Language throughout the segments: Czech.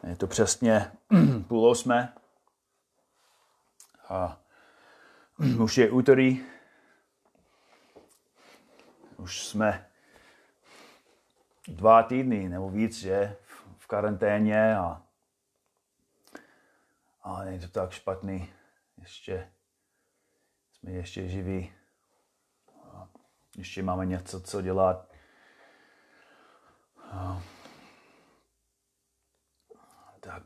Je to přesně 7:30. A už je úterý. Už jsme 2 týdny nebo víc, že, v karanténě a není to tak špatný. Jsme ještě živí. A ještě máme něco, co dělat. Tak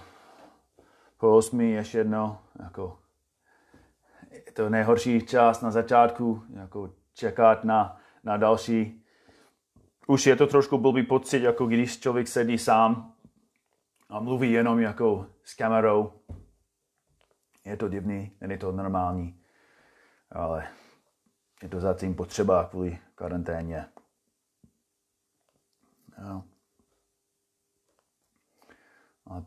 7:30 ještě jedno, jako je to nejhorší čas na začátku, jako čekat na další. Už je to trošku blbý pocit, jako když člověk sedí sám a mluví jenom jako s kamerou. Je to divný, není to normální, ale je to zatím potřeba kvůli karanténě. Jo. A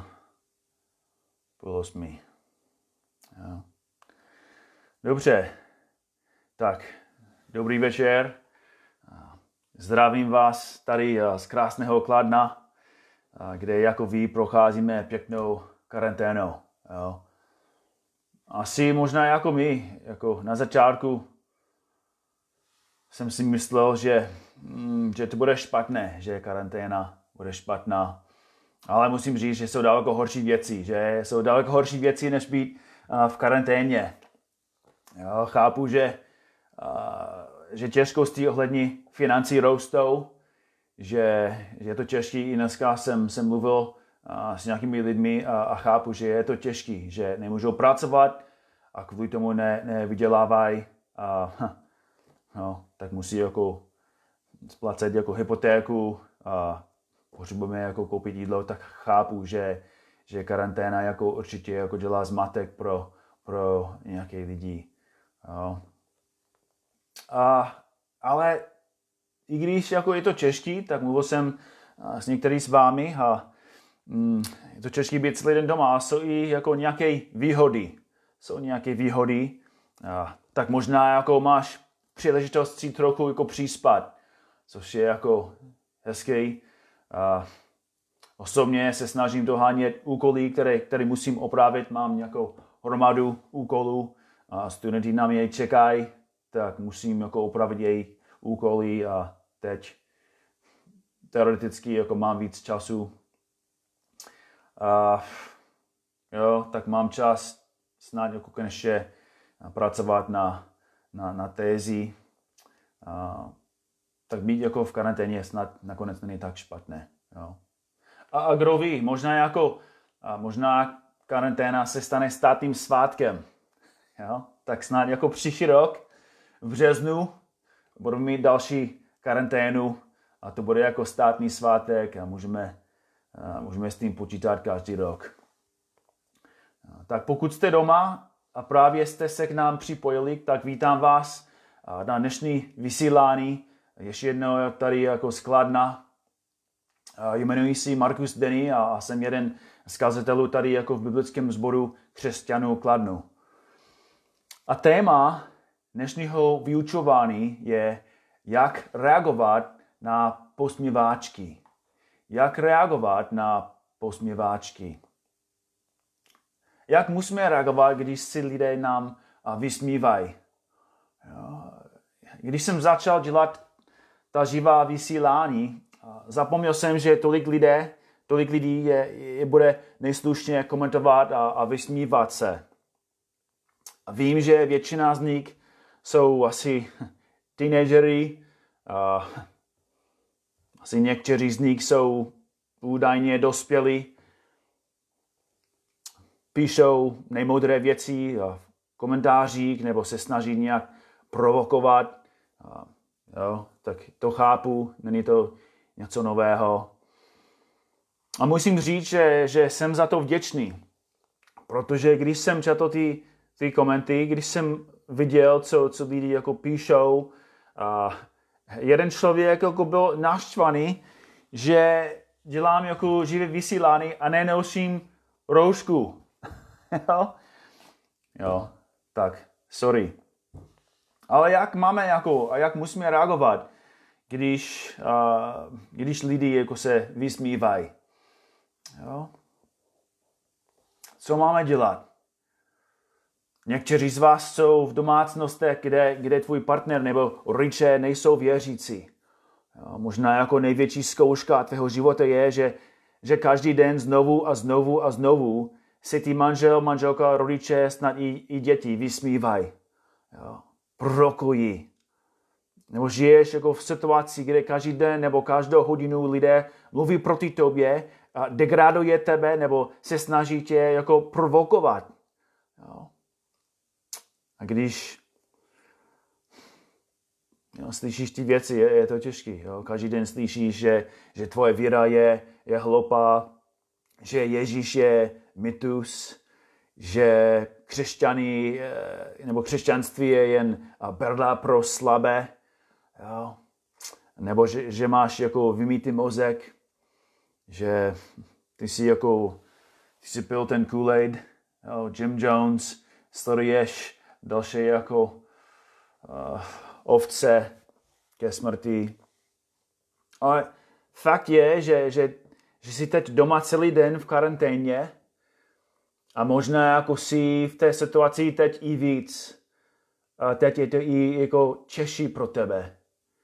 7:30. Jo. Dobře, tak dobrý večer. Zdravím vás tady z krásného Kladna, kde jako vy procházíme pěknou karanténou. Jo. Asi možná jako my, jako na začátku jsem si myslel, že to bude špatné, že karanténa bude špatná. Ale musím říct, že jsou daleko horší věci, než být v karanténě. Jo, chápu, že těžkosti ohledně financí rostou, že je to těžký. I dneska jsem mluvil s nějakými lidmi a chápu, že je to těžký, že nemůžou pracovat a kvůli tomu nevydělávají. Tak musí jako splacet jako hypotéku a potřebujeme jako koupit jídlo, tak chápu, že karanténa jako určitě jako dělá zmatek pro nějaké lidi. Jo. Ale i když jako je to těžký, tak mluvil jsem s některými z vámi a je to těžký být celý den doma. Jsou i jako nějaké výhody. Tak možná jako máš příležitost si trochu jako přispat, což je jako hezký. Osobně se snažím dohánět úkoly, které musím opravit. Mám nějakou hromadu úkolů. Studenti na mě čekají, tak musím jako opravit jejich úkoly a teď teoreticky jako mám víc času. Tak mám čas snad jako konečně pracovat na tézi. Tak být jako v karanténě snad nakonec není tak špatné. Jo. A kdo ví, možná karanténa se stane státním svátkem. Jo? Tak snad jako příští rok v březnu budeme mít další karanténu a to bude jako státní svátek a můžeme s tím počítat každý rok. Tak pokud jste doma a právě jste se k nám připojili, tak vítám vás na dnešní vysílání. Ještě jednou tady jako z Kladna. Jmenuji se Markus Denny a jsem jeden z kazatelů tady jako v biblickém sboru křesťanů Kladnu. A téma dnešního vyučování je, jak reagovat na posměváčky. Jak musíme reagovat, když si lidé nám vysmívají. Když jsem začal dělat ta živá vysílání, zapomněl jsem, že tolik lidí je bude nejslušně komentovat a vysmívat se. A vím, že většina z nich jsou asi teenagery, asi někteří z nich jsou údajně dospělí, píšou nejmoudré věci v komentářích nebo se snaží nějak provokovat. Tak to chápu, není to něco nového. A musím říct, že jsem za to vděčný, protože když jsem četl ty komenty, když jsem viděl, co lidi jako píšou, jeden člověk jako byl naštvaný, že dělám jako živé vysílání a nenosím roušku. Jo, tak sorry. Ale jak musíme reagovat, když lidi jako se vysmívají? Jo? Co máme dělat? Někteří z vás jsou v domácnostech, kde tvůj partner nebo rodiče nejsou věřící. Jo? Možná jako největší zkouška tvého života je, že každý den znovu a znovu a znovu se ty manželka, rodiče, snad i děti vysmívají. Prorokují. Nebo žiješ jako v situaci, kde každý den nebo každou hodinu lidé mluví proti tobě, a degraduje tebe nebo se snaží tě jako provokovat. Jo. A když slyšíš ty věci, je to těžké. Každý den slyšíš, že tvoje víra je hloupá, že Ježíš je mýtus, že křesťanství je jen berla pro slabé, jo? Nebo že máš jako vymýtý mozek, že ty jsi pil ten Kool-Aid, jo? Jim Jones, sleduješ další jako ovce ke smrti. Ale fakt je, že jsi teď doma celý den v karanténě a možná jako jsi v té situaci teď i víc. A teď je to i jako těžší pro tebe.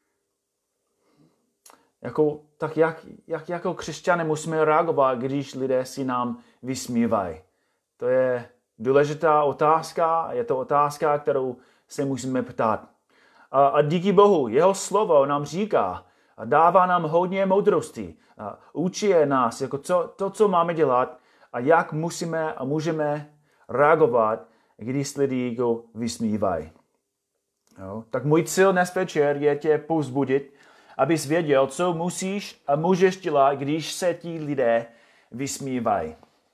Tak jak jako křesťané musíme reagovat, když lidé si nám vysmívají? To je důležitá otázka, je to otázka, kterou se musíme ptát. A díky Bohu, jeho slovo nám říká a dává nám hodně moudrosti. A učí nás, jako co máme dělat a jak musíme a můžeme reagovat, když lidi go vysmívají. Jo? Tak můj cíl dnes večer je tě povzbudit, abys věděl, co musíš a můžeš dělat, když se ti lidé vysmívají.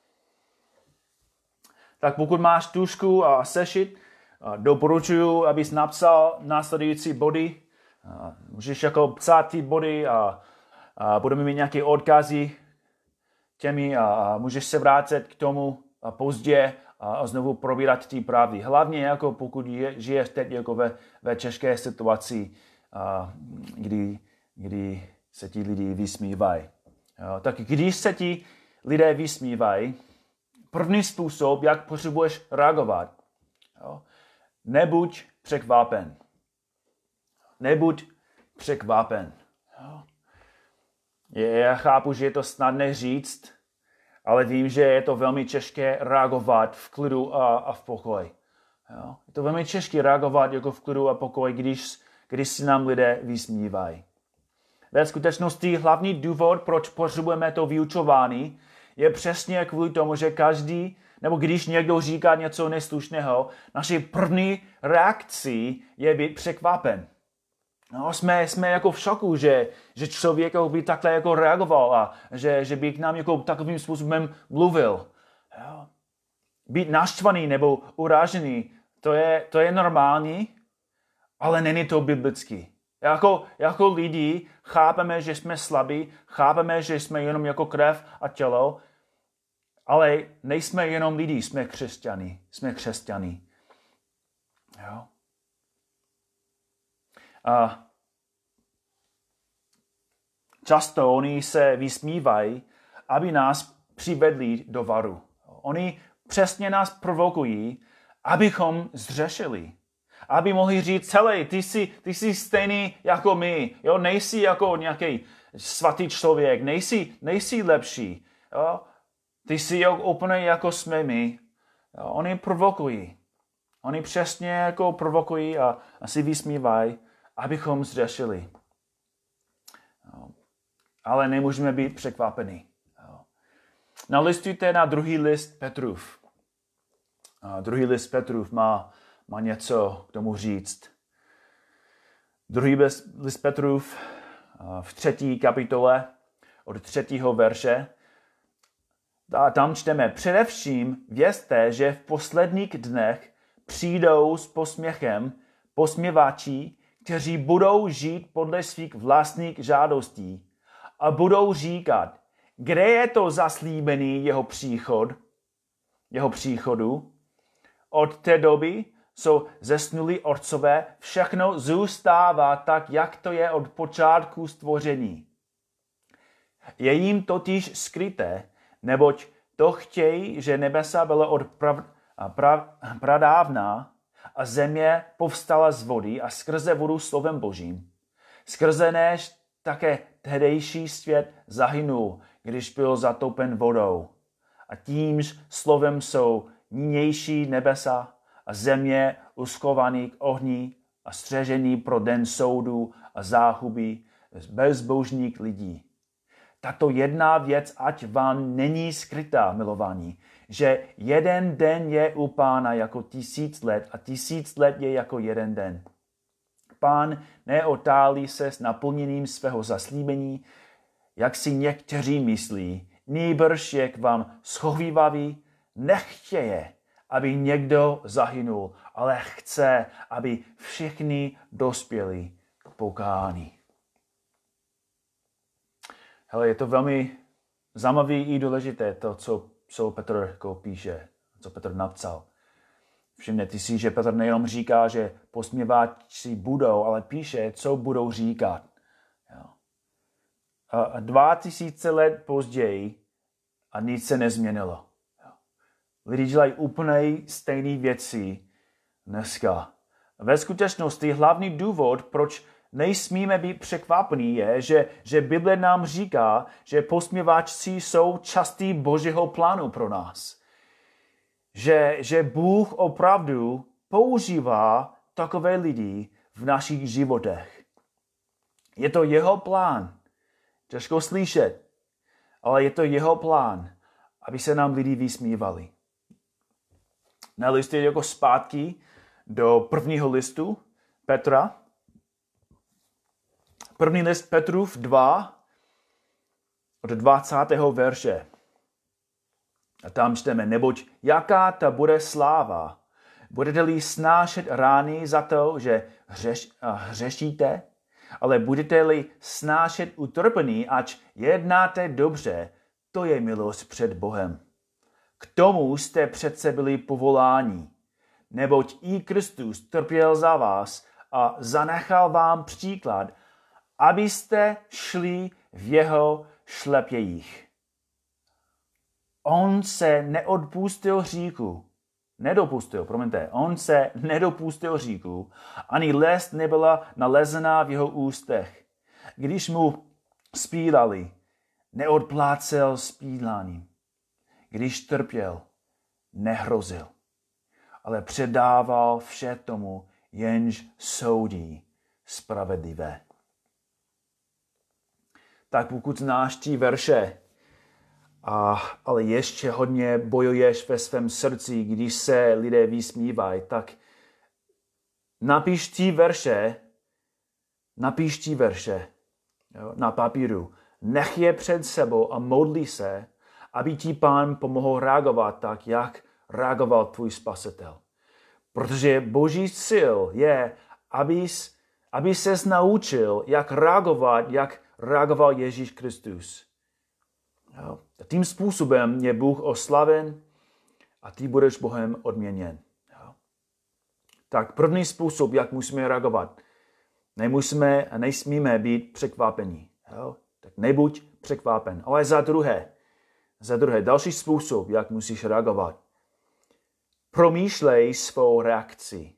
Tak pokud máš tužku a sešit, doporučuji, abys napsal následující body. Můžeš jako psát ty body a budeme mít nějaké odkazy těmi a můžeš se vrátit k tomu pozdě a znovu probírat ty pravdy. Hlavně jako pokud žiješ teď jako ve těžké situaci, kdy se ti lidi vysmívají. Tak když se ti lidé vysmívají, první způsob, jak potřebuješ reagovat, nebuď překvapen. Nebuď překvapen. Já chápu, že je to snadné říct, ale vím, že je to velmi těžké reagovat v klidu a v pokoji. Je to velmi těžké reagovat jako v klidu a pokoji, když si nám lidé vysmívají. Ve skutečnosti hlavní důvod, proč potřebujeme to vyučování, je přesně kvůli tomu, že každý, nebo když někdo říká něco neslušného, naší první reakcí je být překvapen. Jsme jako v šoku, že člověk by takhle jako reagoval a že by k nám jako takovým způsobem mluvil. Být naštvaný nebo uražený, to je normální, ale není to biblický. Jako lidi chápeme, že jsme slabí, chápeme, že jsme jenom jako krev a tělo, ale nejsme jenom lidi, jsme křesťané. Jo? A často oni se vysmívají, aby nás přivedli do varu. Oni přesně nás provokují, abychom zřešili. Aby mohli říct, celý, ty jsi stejný jako my. Jo? Nejsi jako nějaký svatý člověk, nejsi lepší. Jo? Ty jsi úplně jako jsme my. Jo? Oni provokují. Oni přesně jako provokují a si vysmívají, abychom zřešili. Jo? Ale nemůžeme být překvapení. Jo? Nalistujte na druhý list Petrův. Druhý list Petrův má něco k tomu říct. Druhý list Petrův v 3. kapitole od 3. verše. A tam čteme, především vězte, že v posledních dnech přijdou s posměchem posměvači, kteří budou žít podle svých vlastních žádostí a budou říkat, kde je to zaslíbený jeho příchodu. Od té doby, co zesnuli otcové, všechno zůstává tak, jak to je od počátku stvoření. Je jim totiž skryté, Neboť to chtějí, že nebesa byla od pradávna a země povstala z vody a skrze vodu slovem Božím. Skrze než také tehdejší svět zahynul, když byl zatoupen vodou. A tímž slovem jsou nynější nebesa a země uskovaný k ohni a střežený pro den soudu a záhuby bezbožných lidí. Tato jedna věc, ať vám není skrytá, milovaní, že jeden den je u Pána jako 1000 let a 1000 let je jako jeden den. Pán neotálí se s naplněním svého zaslíbení, jak si někteří myslí, nýbrž je k vám schovívavý, nechtěje, aby někdo zahynul, ale chce, aby všichni dospěli k pokání. Hele, je to velmi zajímavé i důležité to, co Petr píše, co Petr napsal. Všimněte si, že Petr nejenom říká, že posměváči budou, ale píše, co budou říkat. A 2000 let později a nic se nezměnilo. Lidi dělají úplně stejné věci dneska. Ve skutečnosti hlavní důvod, proč nejsmíme být překvapení, je, že Bible nám říká, že posměváčci jsou částí Božího plánu pro nás. Že Bůh opravdu používá takové lidi v našich životech. Je to jeho plán. Těžko slyšet, ale je to jeho plán, aby se nám lidi vysmívali. Nalistujte jako zpátky do prvního listu Petra. První list Petrův 2 od 20. verše. A tam čteme, neboť jaká ta bude sláva? Budete-li snášet rány za to, že hřešíte, ale budete-li snášet utrpení, ač jednáte dobře, to je milost před Bohem. K tomu jste přece byli povoláni, neboť i Kristus trpěl za vás a zanechal vám příklad, abyste šli v jeho šlepějích. On se nedopustil hříchu, ani lest nebyla nalezená v jeho ústech. Když mu spílali, neodplácel spíláním. Když trpěl, nehrozil, ale předával vše tomu, jenž soudí spravedlivé. Tak pokud znáš ty verše, ale ještě hodně bojuješ ve svém srdci, když se lidé vysmívají, tak napiš ty verše na papíru. Nech je před sebou a modli se, aby ti Pán pomohl reagovat tak, jak reagoval tvůj spasitel. Protože Boží cíl je, aby ses naučil, jak reagoval Ježíš Kristus. A tím způsobem je Bůh oslaven a ty budeš Bohem odměněn. Tak první způsob, jak musíme reagovat. Nesmíme být překvapení. Tak nebuď překvapen. Ale za druhé, další způsob, jak musíš reagovat. Promýšlej svou reakci.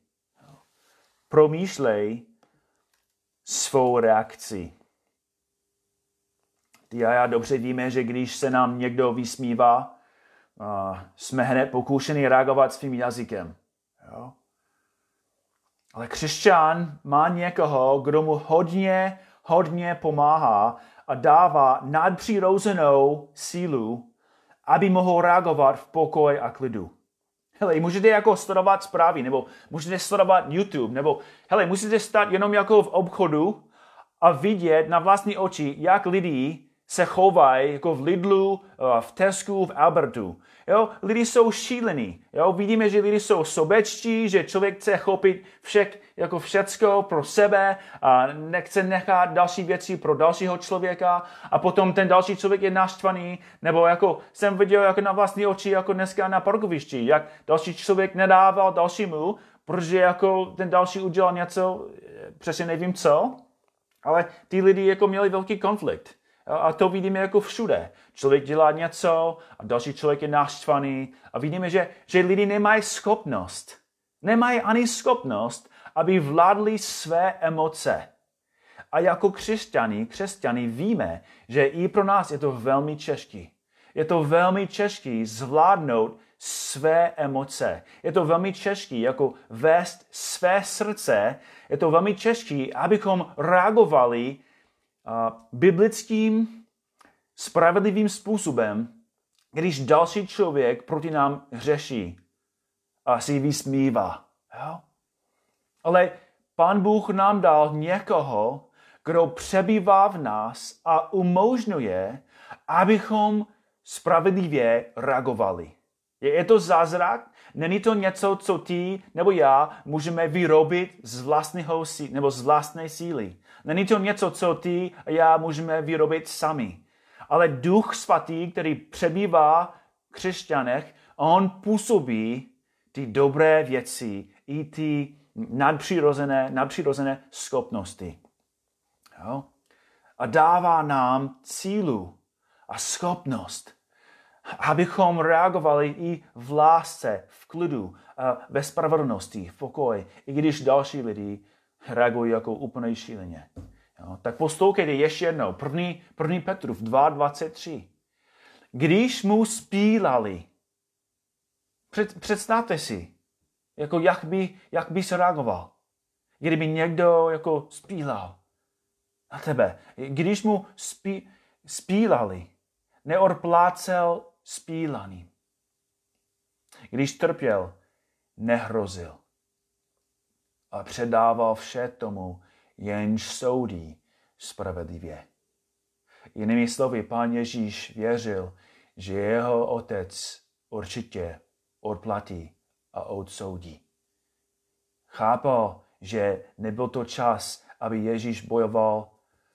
Ty a já dobře víme, že když se nám někdo vysmívá, jsme hned pokoušeni reagovat svým jazykem. Jo? Ale křesťan má někoho, kdo mu hodně pomáhá a dává nadpřirozenou sílu, aby mohl reagovat v pokoji a klidu. Hele, můžete jako sledovat zprávy, nebo můžete sledovat YouTube, nebo hele, musíte stát jenom jako v obchodu a vidět na vlastní oči, jak lidi se chovají jako v Lidlu, v Tesku, v Albertu. Jo? Lidi jsou šílení. Jo? Vidíme, že lidi jsou sobečtí, že člověk chce chopit všecko pro sebe a nechce nechat další věci pro dalšího člověka a potom ten další člověk je naštvaný, nebo jako jsem viděl jako na vlastní oči jako dneska na parkovišti, jak další člověk nedával dalšímu, protože jako ten další udělal něco, přesně nevím co, ale ty lidi jako měli velký konflikt. A to vidíme jako všude. Člověk dělá něco a další člověk je naštvaný a vidíme, že lidi nemají ani schopnost, aby vládli své emoce. A jako křesťani víme, že i pro nás je to velmi těžké. Je to velmi těžké zvládnout své emoce. Je to velmi těžké jako vést své srdce. Je to velmi těžké, abychom reagovali biblickým spravedlivým způsobem, když další člověk proti nám hřeší a si vysmívá. Jo? Ale Pán Bůh nám dal někoho, kdo přebývá v nás a umožňuje, abychom spravedlivě reagovali. Je to zázrak? Není to něco, co ty nebo já můžeme vyrobit z vlastní síly. Není to něco, co ty a já můžeme vyrobit sami. Ale Duch Svatý, který přebývá v křesťanech, on působí ty dobré věci i ty nadpřirozené schopnosti. Jo? A dává nám sílu a schopnost, abychom reagovali i v lásce, v klidu, ve spravedlnosti, v pokoji, i když další lidi reagují jako úplně šíleně. Jo? Tak poslouchejte ještě jednou. 1. Petrův 2:23. Když mu spílali, představte si, jako jak by se reagoval, kdyby někdo jako spílal na tebe. Když mu spílali, neodplácel spílaným. Když trpěl, nehrozil. A předával vše tomu, jenž soudí spravedlivě. Jinými slovy, Pán Ježíš věřil, že jeho otec určitě odplatí a odsoudí. Chápal, že nebyl to čas, aby Ježíš bojoval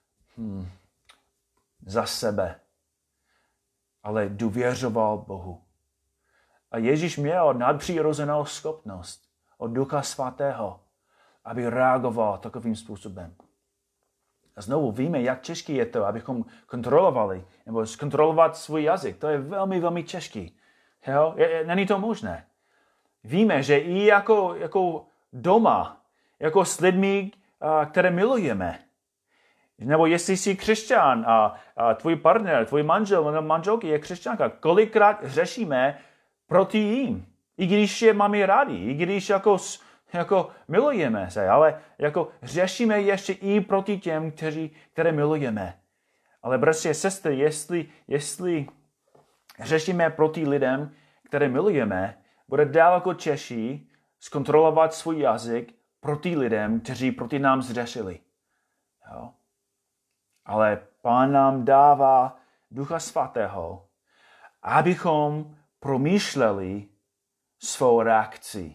za sebe, ale důvěřoval Bohu. A Ježíš měl nadpřirozenou schopnost od Ducha Svatého, aby reagoval takovým způsobem. A znovu víme, jak těžké je to, abychom kontrolovali, nebo zkontrolovat svůj jazyk. To je velmi, velmi těžké. Není to možné. Víme, že i jako doma, jako s lidmi, které milujeme, nebo jestli jsi křesťan a tvůj partner, tvůj manžel nebo manželky je křesťanka, kolikrát řešíme proti jim. I když je máme rádi, i když jako milujeme se, ale jako řešíme ještě i proti těm, které milujeme. Ale bratři a sestry, jestli řešíme proti lidem, které milujeme, bude daleko těžší zkontrolovat svůj jazyk proti lidem, kteří proti nám zřešili. Jo? Ale Pán nám dává Ducha Svatého, abychom promýšleli svou reakci.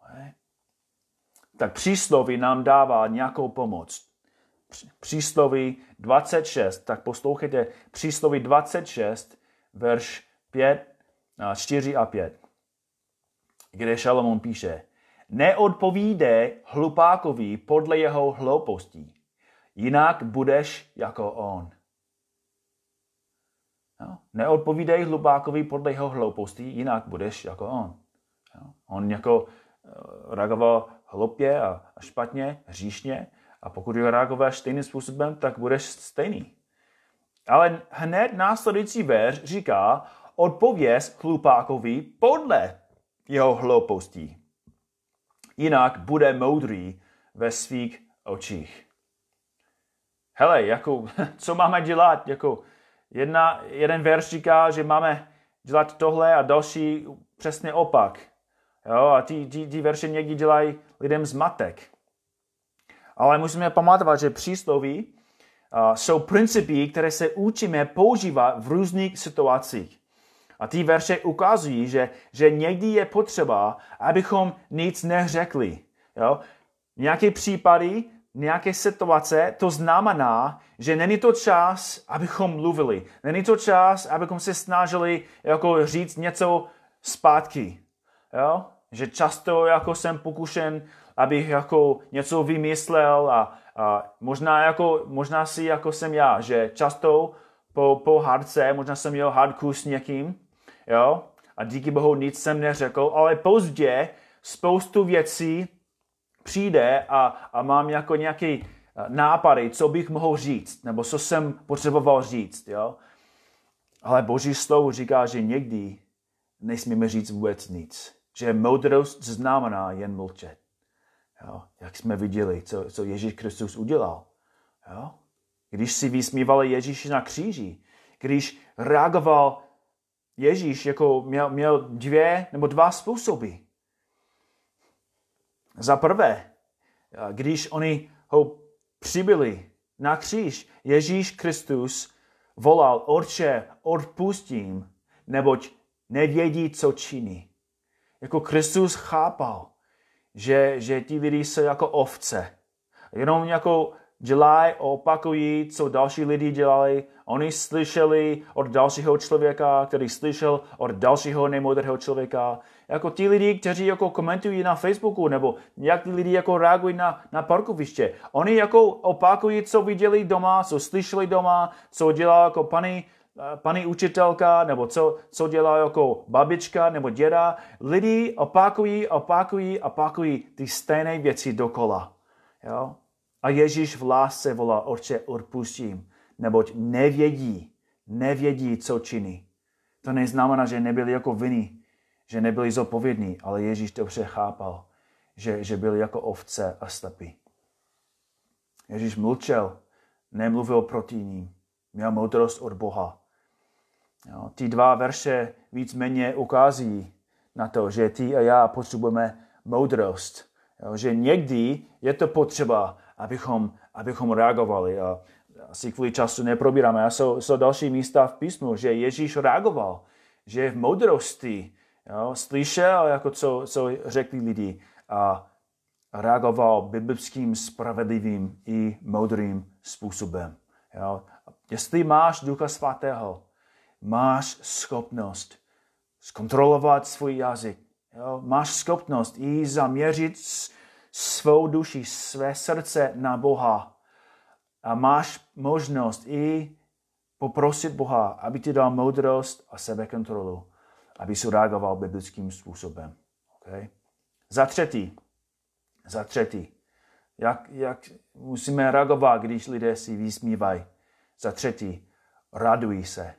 Tak přísloví nám dává nějakou pomoc. Přísloví 26, tak poslouchejte přísloví 26, verš 4 a 5, kde Šalamón píše: neodpovídej hlupákovi podle jeho hloupostí, jinak budeš jako on. No? Neodpovídej hlupákovi podle jeho hloupostí, jinak budeš jako on. No? On jako reagoval hloupě a špatně, hříšně, a pokud ho reaguješ stejným způsobem, tak budeš stejný. Ale hned následující verš říká: odpověz hlupákovi podle jeho hloupostí, jinak bude moudrý ve svých očích. Hele, co máme dělat? Jeden verš říká, že máme dělat tohle a další přesně opak. Jo, a ty verše někdy dělají lidem zmatek. Ale musíme pamatovat, že přísloví jsou principy, které se učíme používat v různých situacích. A ty verše ukazují, že někdy je potřeba, abychom nic neřekli. Jo? Nějaké případy, nějaké situace, to znamená, že není to čas, abychom mluvili. Není to čas, abychom se snažili říct něco zpátky. Jo? Že často jsem pokušen, abych něco vymyslel a možná si jsem já, že často po hádce, možná jsem měl hádku s někým, jo, a díky Bohu nic jsem neřekl, ale později spoustu věcí přijde a mám jako nějaký nápady, co bych mohl říct, nebo co jsem potřeboval říct, jo. Ale Boží slovo říká, že někdy nesmíme říct vůbec nic. Že moudrost znamená jen mlčet. Jo? Jak jsme viděli, co Ježíš Kristus udělal. Jo? Když si vysmívali Ježíši na kříži, když reagoval Ježíš, jako měl dva způsoby. Za prvé, když oni ho přibyli na kříž, Ježíš Kristus volal: Otče, odpustím, neboť nevědí, co činí. Jako Kristus chápal, že ti lidi jsou jako ovce. Jenom jako dělají, opakují, co další lidi dělali. Oni slyšeli od dalšího člověka, který slyšel od dalšího nemoudrého člověka. Jako ti lidi, kteří jako komentují na Facebooku, nebo jak ty lidi jako reagují na parkoviště. Oni jako opakují, co viděli doma, co slyšeli doma, co dělá jako paní učitelka, nebo co dělá jako babička nebo děda. Lidi opakují ty stejné věci dokola. Jo? A Ježíš v lásce volá: Otče, odpustím, neboť nevědí, co činí. To neznamená, že nebyli jako vinní, že nebyli zodpovědní, ale Ježíš dobře chápal, že byli jako ovce a slepí. Ježíš mlčel, nemluvil proti ním, měl moudrost od Boha. Jo, ty 2 verše víceméně ukáží na to, že ty a já potřebujeme moudrost. Jo, že někdy je to potřeba, abychom reagovali. A asi kvůli času neprobíráme. A jsou další místa v písmu, že Ježíš reagoval, že v moudrosti slyšel, jako co řekli lidi, a reagoval biblickým, spravedlivým i moudrým způsobem. Jo. Jestli máš Ducha Svatého, máš schopnost zkontrolovat svůj jazyk. Jo? Máš schopnost i zaměřit svou duši, své srdce na Boha. A máš možnost i poprosit Boha, aby ti dal moudrost a sebekontrolu, aby si reagoval biblickým způsobem. Okay? Za třetí, jak musíme reagovat, když lidé si vysmívají. Za třetí, raduj se.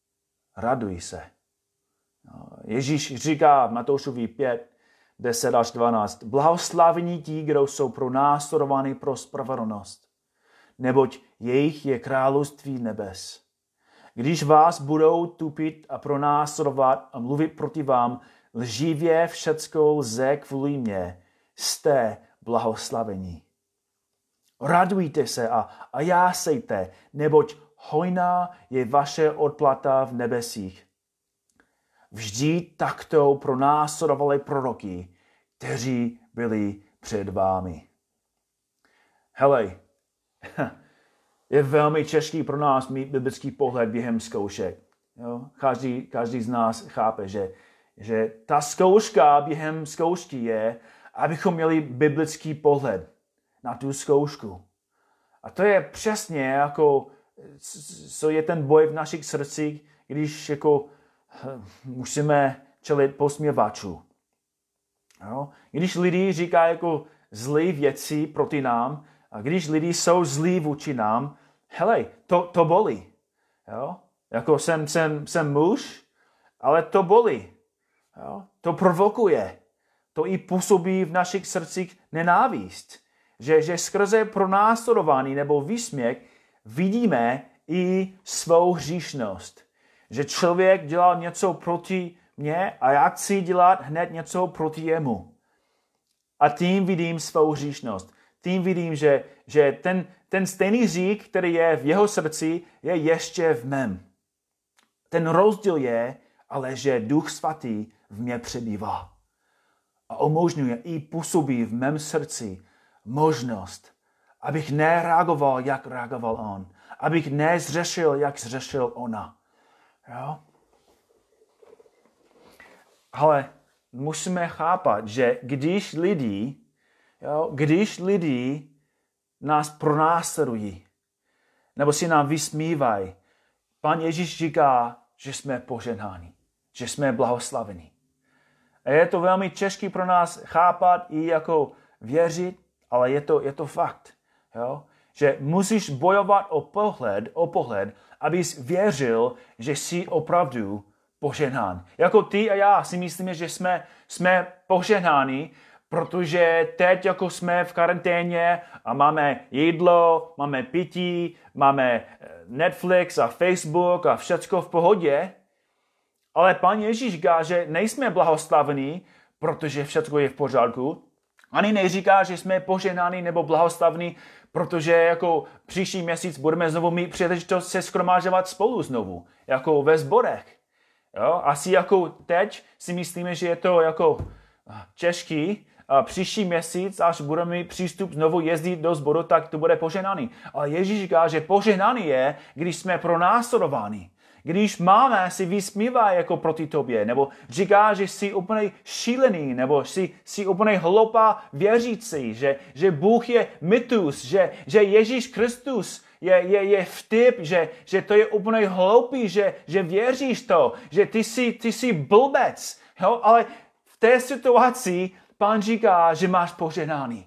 Ježíš říká v Matoušovi 5, 10 až 12. Blahoslavení ti, kdo jsou pronásledováni pro spravedlnost, neboť jejich je království nebes. Když vás budou tupit a pronásledovat a mluvit proti vám lživě všecko lze kvůli mě, jste blahoslavení. Radujte se a jásejte, neboť hojná je vaše odplata v nebesích. Vždy takto pronásledovali proroky, kteří byli před vámi. Hele, je velmi těžký pro nás mít biblický pohled během zkoušek. Jo? Každý z nás chápe, že ta zkouška během zkoušky je, abychom měli biblický pohled na tu zkoušku. A to je přesně jako, co je ten boj v našich srdcích, když jako musíme čelit posměvačů. Jo? Když lidi říkají jako zlé věci proti nám, a když lidi jsou zlí vůči nám, hele, to bolí. Jo? Jako jsem muž, ale to bolí. Jo? To provokuje. To i působí v našich srdcích nenávist. Že skrze pronásledování nebo výsměch vidíme i svou hříšnost. Že člověk dělal něco proti mně a já chci dělat hned něco proti jemu. A tím vidím svou hříšnost. Tím vidím, že ten stejný hřích, který je v jeho srdci, je ještě v mém. Ten rozdíl je, ale že Duch Svatý v mě přebývá. A umožňuje i působí v mém srdci možnost, abych nereagoval, jak reagoval on. Abych nezřešil, jak zřešil ona. Jo? Ale musíme chápat, že když lidi nás pronásledují, nebo si nám vysmívají, Pán Ježíš říká, že jsme požehnáni, že jsme blahoslavení. A je to velmi těžké pro nás chápat i jako věřit, ale je to fakt. Jo? Že musíš bojovat o pohled, abys věřil, že jsi opravdu požehnán. Jako ty a já si myslíme, že jsme požehnáni, protože teď jako jsme v karanténě a máme jídlo, máme pití, máme Netflix a Facebook a všecko v pohodě. Ale Pán Ježíš říká, že nejsme blahoslavení, protože všecko je v pořádku. Ani neříká, že jsme požehnáni nebo blahoslavní, protože jako příští měsíc budeme znovu mít příležitost se shromážďovat spolu znovu, jako ve sborech. Jo? Asi jako teď si myslíme, že je to jako těžký. A příští měsíc, až budeme mít přístup znovu jezdit do sboru, tak to bude požehnaný. Ale Ježíš říká, že požehnaný je, když jsme pronásledováni. Když máma si vysmívá jako proti tobě, nebo říká, že jsi úplně šílený, nebo jsi úplně hloupá věřící, že Bůh je mýtus, že Ježíš Kristus je vtip, že to je úplně hloupý, že věříš to, že ty jsi blbec. Jo? Ale v té situaci Pán říká, že máš požehnání.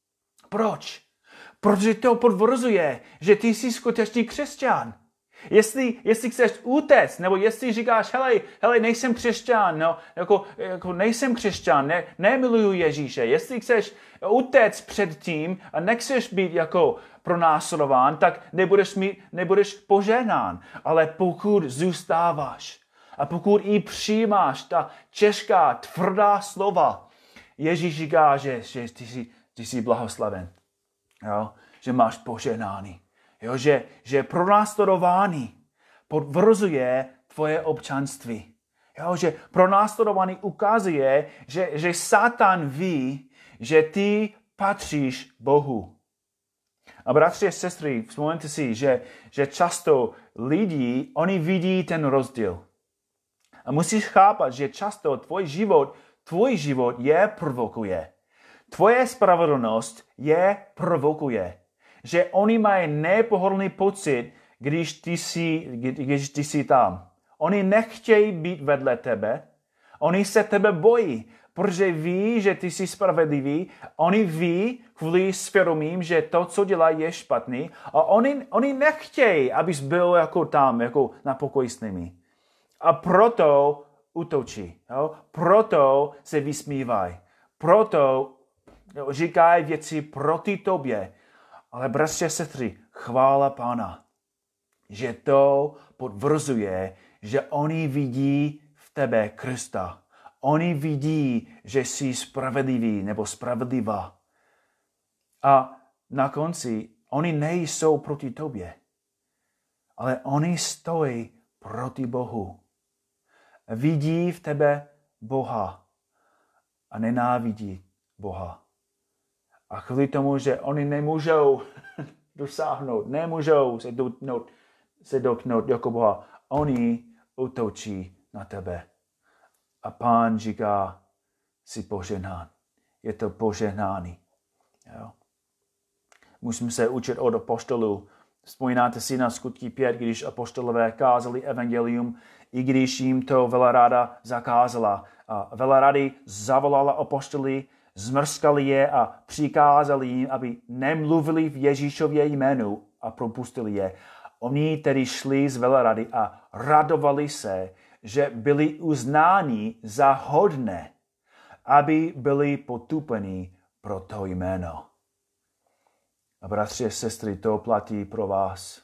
Proč? Protože to potvrzuje, že ty jsi skutečný křesťan. Jestli chceš utéct, nebo jestli říkáš, hele, nejsem křesťan, no, jako nejsem křesťan, nemiluju Ježíše. Jestli chceš utéct před tím a nechceš být jako pronásledován, tak nebudeš požehnán. Ale pokud zůstáváš a pokud i přijímáš ta těžká, tvrdá slova, Ježíš říká, že ty jsi blahoslaven, jo? Že máš požehnání. Jo, že pronásledování potvrzuje tvoje občanství. Jo, že pronásledování ukazuje, že Satan ví, že ty patříš Bohu. A bratři a sestry, vzpomeňte si, že často lidi, oni vidí ten rozdíl. A musíš chápat, že často tvůj život je provokuje. Tvoje spravedlnost je provokuje. Že oni mají nepohodlný pocit, když ty jsi tam. Oni nechtějí být vedle tebe. Oni se tebe bojí, protože ví, že ty jsi spravedlivý. Oni ví kvůli svědomím, že to, co dělají, je špatný. A oni nechtějí, abys byl jako tam, jako na pokoji s nimi. A proto útočí. Jo? Proto se vysmívají. Proto říkají věci proti tobě. Ale bratři a sestry, chvála Pána, že to potvrzuje, že oni vidí v tebe Krista. Oni vidí, že jsi spravedlivý nebo spravedlivá. A na konci oni nejsou proti tobě, ale oni stojí proti Bohu. Vidí v tebe Boha a nenávidí Boha. A kvůli tomu, že oni nemůžou dosáhnout, nemůžou se dotknout jako Boha, oni útočí na tebe. A Pán říká, jsi požehnán. Je to požehnání. Jo? Musíme se učit od apoštolů. Vzpomínáte si na Skutky 5, když apoštolové kázali evangelium, i když jim to Velerada zakázala. A Velerady zavolala apoštoly, zmrskali je a přikázali jim, aby nemluvili v Ježíšově jménu a propustili je. Oni tedy šli z Velerady a radovali se, že byli uznáni za hodné, aby byli potupeni pro to jméno. A bratři a sestry, to platí pro vás.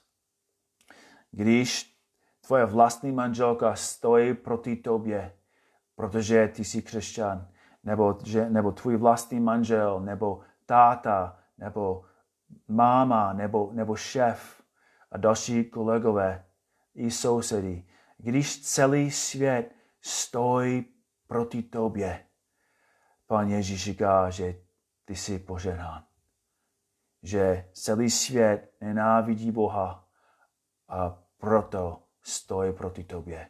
Když tvoje vlastní manželka stojí proti tobě, protože ty jsi křesťan, nebo tvůj vlastní manžel, nebo táta, nebo máma, nebo šéf a další kolegové i sousedy. Když celý svět stojí proti tobě, Pán Ježíš říká, že ty jsi požehnán. Že celý svět nenávidí Boha a proto stojí proti tobě.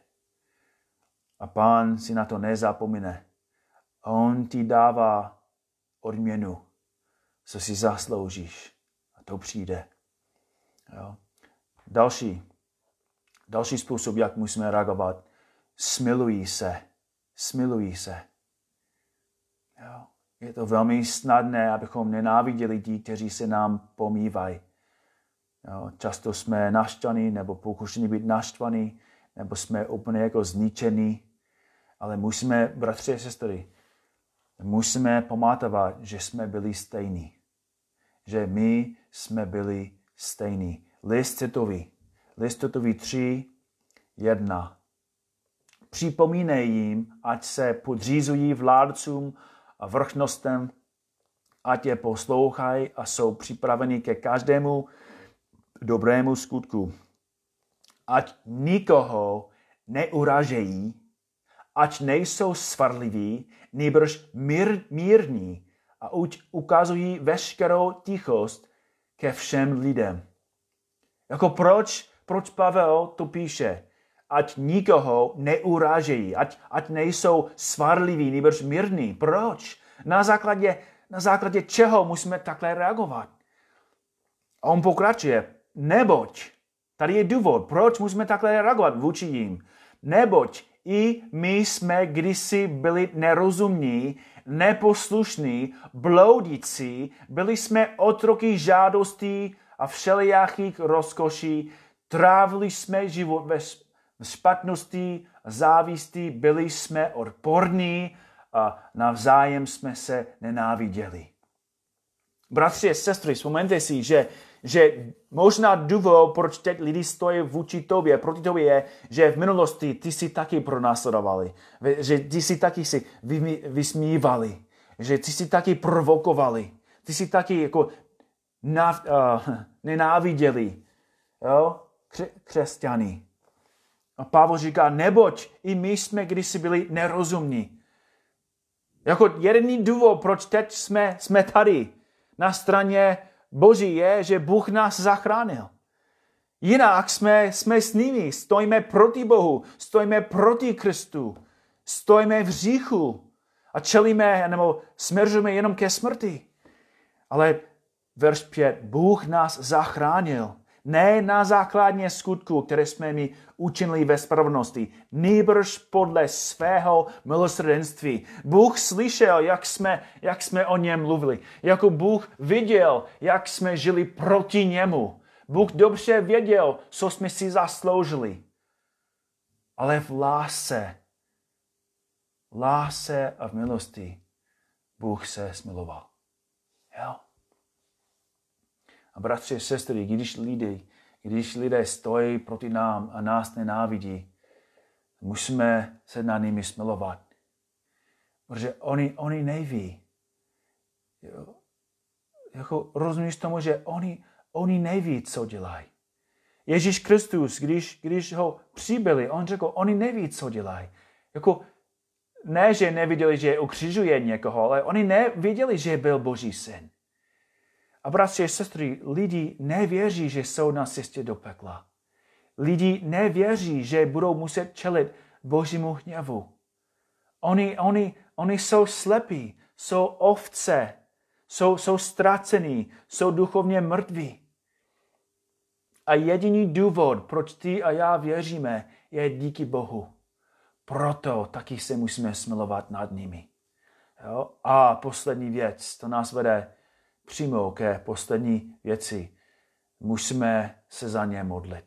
A Pán si na to nezapomene. On ti dává odměnu, co si zasloužíš. A to přijde. Jo. Další. Další způsob, jak musíme reagovat, smilují se. Jo. Je to velmi snadné, abychom nenáviděli ti, kteří se nám pomývají. Jo. Často jsme naštvaní nebo pokušení být naštvaní, nebo jsme úplně jako zničení. Ale musíme, bratři a sestry, musíme pamatovat, že jsme byli stejní. Že my jsme byli stejní. List Titový 3:1. Připomínej jim, ať se podřízují vládcům a vrchnostem, ať je poslouchají a jsou připraveni ke každému dobrému skutku. Ať nikoho neuražejí, ať nejsou svarliví, nýbrž mírní a ukazují veškerou tichost ke všem lidem. Jako proč Pavel to píše? Ať nikoho neurážejí, ať nejsou svarliví, nýbrž mírní. Proč? Na základě čeho musíme takhle reagovat? A on pokračuje, neboť, tady je důvod, proč musíme takhle reagovat vůči jim. Neboť i my jsme kdysi byli nerozumní, neposlušní, bloudící, byli jsme otroky žádostí a všelijakých rozkoší, trávili jsme život ve špatnosti a závisti, byli jsme odporní a navzájem jsme se nenáviděli. Bratři a sestry, vzpomeňte si, že možná důvod, proč teď lidi stojí vůči tobě, proti tobě je, že v minulosti ty si taky pronásledovali, že ty si taky si vysmívali, že ty si taky provokovali, ty si taky jako nenáviděli, jo? Křesťany. A Pavel říká, neboť i my jsme kdysi byli nerozumní. Jako jediný důvod, proč teď jsme tady na straně Boží je, že Bůh nás zachránil. Jinak jsme s nimi, stojíme proti Bohu, stojíme proti Kristu, stojíme v hříchu a čelíme nebo směřujeme jenom ke smrti. Ale verš 5, Bůh nás zachránil. Ne na základě skutku, které jsme mi učinili ve spravedlnosti, nýbrž podle svého milosrdenství. Bůh slyšel, jak jsme o něm mluvili. Jako Bůh viděl, jak jsme žili proti němu. Bůh dobře věděl, co jsme si zasloužili. Ale v lásce a v milosti Bůh se smiloval. Jo? A bratři a sestry, když lidé stojí proti nám a nás nenávidí, musíme se na nimi smilovat. Protože oni neví. Jako rozumíš tomu, že oni neví, co dělají. Ježíš Kristus, když ho přibyli, on řekl, oni neví, co dělají. Jako, ne, že neviděli, že ukřižuje někoho, ale oni nevěděli, že byl Boží syn. A bratři a sestry, lidi nevěří, že jsou na cestě do pekla. Lidi nevěří, že budou muset čelit Božímu hněvu. Oni jsou slepí, jsou ovce, jsou ztracení, jsou duchovně mrtví. A jediný důvod, proč ty a já věříme, je díky Bohu. Proto taky se musíme smilovat nad nimi. Jo? A poslední věc, to nás vede přímo ke poslední věci. Musíme se za ně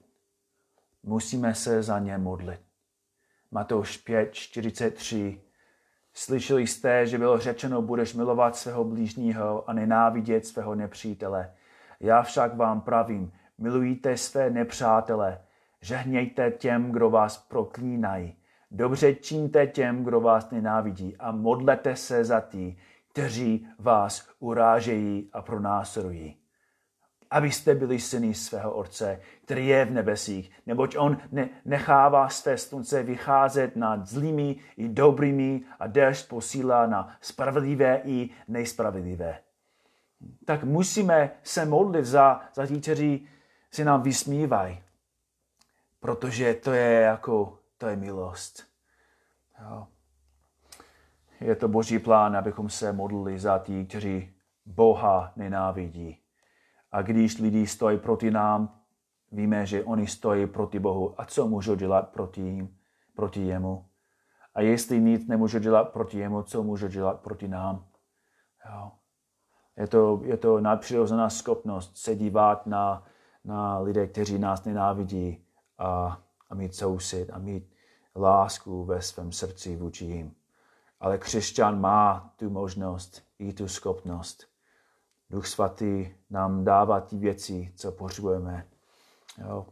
modlit. Matouš 5:43. Slyšeli jste, že bylo řečeno, budeš milovat svého blížního a nenávidět svého nepřítele. Já však vám pravím, milujte své nepřátele, žehnějte těm, kdo vás proklínají. Dobře čiňte těm, kdo vás nenávidí a modlete se za ty, kteří vás urážejí a pronásledují. Abyste byli syny svého Otce, který je v nebesích, neboť on nechává své slunce vycházet nad zlými i dobrými a déšť posílá na spravedlivé i nespravedlivé. Tak musíme se modlit za ti, kteří se nám vysmívají, protože to je milost. Jo. Je to Boží plán, abychom se modlili za ty, kteří Boha nenávidí. A když lidi stojí proti nám, víme, že oni stojí proti Bohu a co můžou dělat proti jemu. A jestli nic nemůžu dělat proti jemu, co můžu dělat proti nám. Jo. Je to nadpřirozená schopnost se dívat na lidé, kteří nás nenávidí a mít soucit a mít lásku ve svém srdci vůči jim. Ale křesťan má tu možnost i tu schopnost. Duch svatý nám dává ty věci, co potřebujeme. Jo.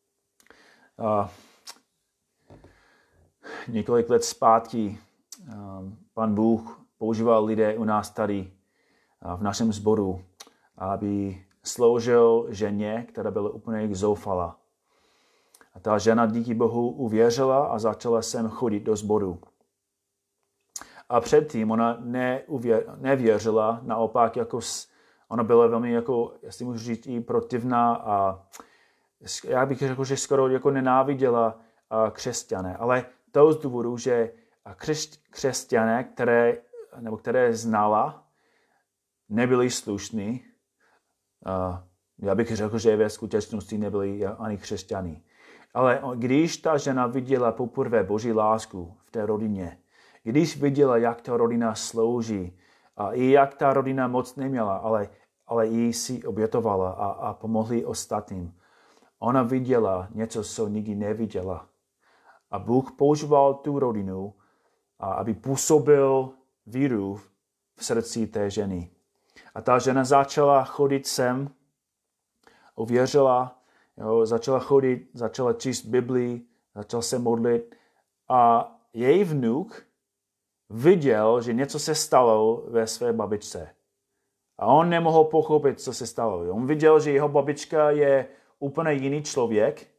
Několik let zpátky pan Bůh používal lidé u nás tady v našem sboru, aby sloužil ženě, která byla úplně zoufalá. A ta žena díky Bohu uvěřila a začala sem chodit do sboru. A předtím ona nevěřila, naopak ona byla velmi, jestli můžu říct, i protivná a já bych řekl, že skoro nenáviděla křesťané. Ale to z důvodu, že křesťané, které znala, nebyli slušní. Já bych řekl, že ve skutečnosti nebyli ani křesťaní. Ale když ta žena viděla poprvé Boží lásku v té rodině, když viděla, jak ta rodina slouží, a i jak ta rodina moc neměla, ale i si obětovala a pomohli ostatním, ona viděla něco, co nikdy neviděla. A Bůh používal tu rodinu, aby působil víru v srdci té ženy. A ta žena začala chodit sem, uvěřila, začala chodit, začala číst Biblii, začala se modlit a její vnuk viděl, že něco se stalo ve své babičce. A on nemohl pochopit, co se stalo. On viděl, že jeho babička je úplně jiný člověk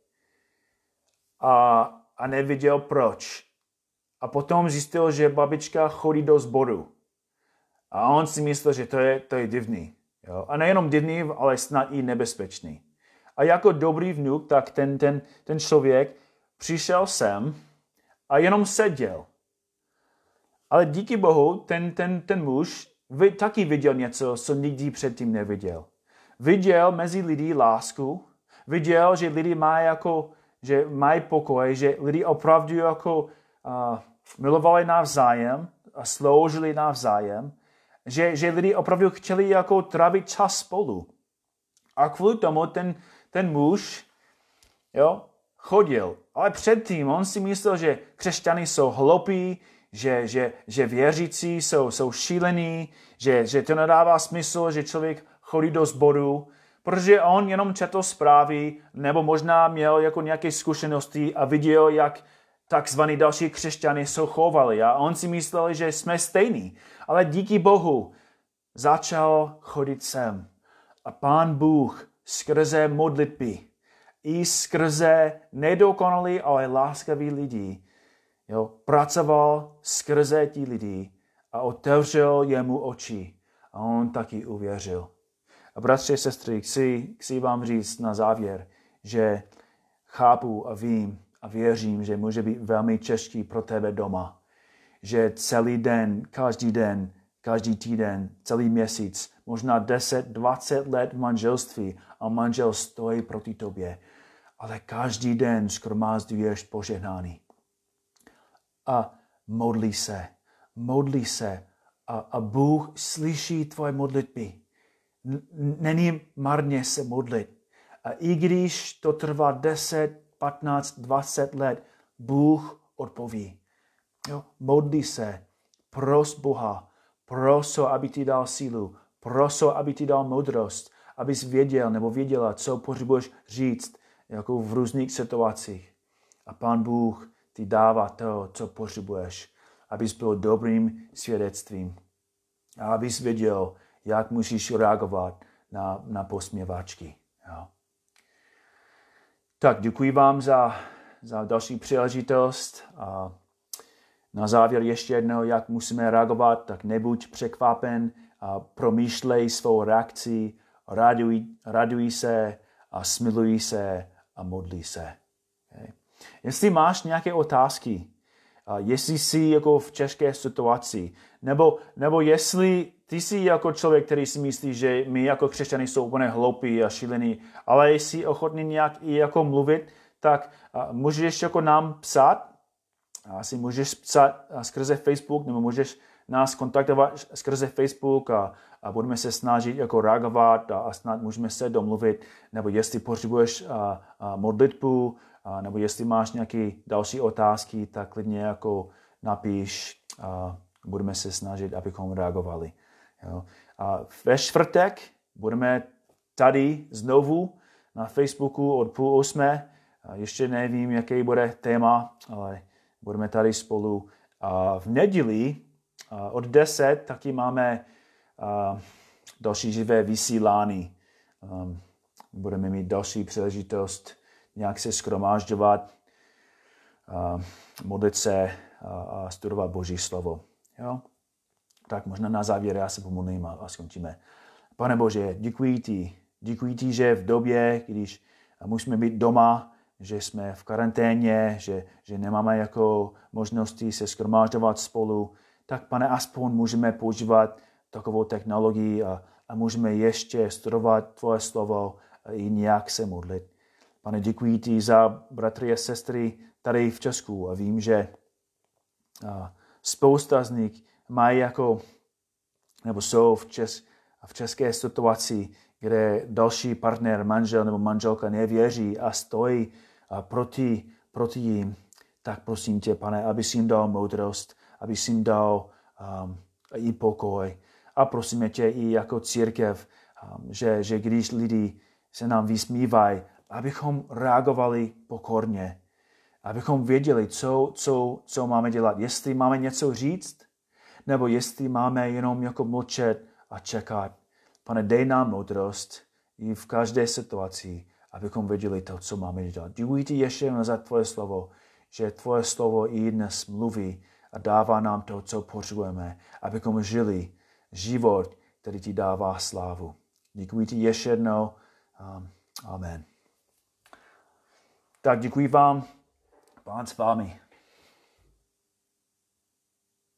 a neviděl proč. A potom zjistil, že babička chodí do sboru. A on si myslel, že to je divný. Jo? A nejenom divný, ale snad i nebezpečný. A jako dobrý vnuk, tak ten člověk přišel sem a jenom seděl. Ale díky Bohu, ten muž taky viděl něco, co nikdy předtím neviděl. Viděl mezi lidi lásku, viděl, že lidi že mají pokoj, že lidi opravdu milovali navzájem a sloužili navzájem, že lidi opravdu chtěli trávit čas spolu. A kvůli tomu ten muž chodil. Ale předtím on si myslel, že křesťané jsou hloupí, že věřící jsou šílení, že to nedává smysl, že člověk chodí do sboru, protože on jenom četl zprávy, nebo možná měl nějaké zkušenosti a viděl, jak takzvaní další křesťané jsou chovali. A on si myslel, že jsme stejní. Ale díky Bohu začal chodit sem. A Pán Bůh skrze modlitby i skrze nedokonalý, ale láskavý lidi pracoval skrze ti lidi a otevřel jemu oči. A on taky uvěřil. A bratři a sestry, chci vám říct na závěr, že chápu a vím a věřím, že může být velmi těžký pro tebe doma. Že celý den, každý týden, celý měsíc, možná 10-20 let v manželství a manžel stojí proti tobě. Ale každý den shromážďuješ požehnání. A modlí se a Bůh slyší tvoje modlitby. Není marně se modlit. A i když to trvá 10, 15, 20 let, Bůh odpoví. Modlí se, pros Boha, proso, aby ti dal sílu, proso, aby ti dal moudrost, abys věděl nebo věděla, co potřebuješ říct v různých situacích. A Pán Bůh ti dává to, co potřebuješ, abys byl dobrým svědectvím. A abys věděl, jak musíš reagovat na posměváčky. Jo. Tak děkuji vám za další příležitost. A na závěr ještě jednou, jak musíme reagovat, tak nebuď překvapen a promýšlej svou reakci, raduj se a smiluj se a modlí se. Okay. Jestli máš nějaké otázky, jestli jsi v těžké situaci, nebo jestli ty jsi jako člověk, který si myslí, že my jako křesťané jsou úplně hloupí a šílení, ale jsi ochotný nějak i jako mluvit, tak můžeš jako nám psát, asi můžeš psát skrze Facebook, nebo můžeš nás kontaktovat skrze Facebook a budeme se snažit jako reagovat a snad můžeme se domluvit, nebo jestli potřebuješ modlitbu, nebo jestli máš nějaké další otázky, tak klidně jako napiš a budeme se snažit, abychom reagovali. Jo. A ve čtvrtek budeme tady znovu na Facebooku od 7:30. Ještě nevím, jaký bude téma, ale budeme tady spolu. A v neděli od 10 taky máme další živé vysílání. Budeme mít další příležitost nějak se shromážďovat, modlit se a studovat Boží slovo. Jo? Tak možná na závěr já se pomodlím a skončíme. Pane Bože, děkuji ti, že v době, když musíme být doma, že jsme v karanténě, že nemáme jako možnosti se shromážďovat spolu, tak pane, aspoň můžeme používat takovou technologii a můžeme ještě studovat tvoje slovo i nějak se modlit. Pane, děkuji ti za bratry a sestry tady v Česku a vím, že spousta z nich mají jako, nebo jsou v české situaci, kde další partner, manžel nebo manželka nevěří a stojí proti jim, tak prosím tě, pane, abys jim dal moudrost, abys jim dal i pokoj. A prosíme tě i jako církev, že když lidi se nám vysmívají, abychom reagovali pokorně, abychom věděli, co máme dělat. Jestli máme něco říct, nebo jestli máme jenom jako mlčet a čekat. Pane, dej nám moudrost i v každé situaci, abychom věděli to, co máme dělat. Děkuji ti ještě za tvoje slovo, že tvoje slovo i dnes mluví a dává nám to, co potřebujeme, abychom žili život, který ti dává slávu. Děkuji ti ještě jednou. Amen. Tak děkuji vám. Pán s vámi.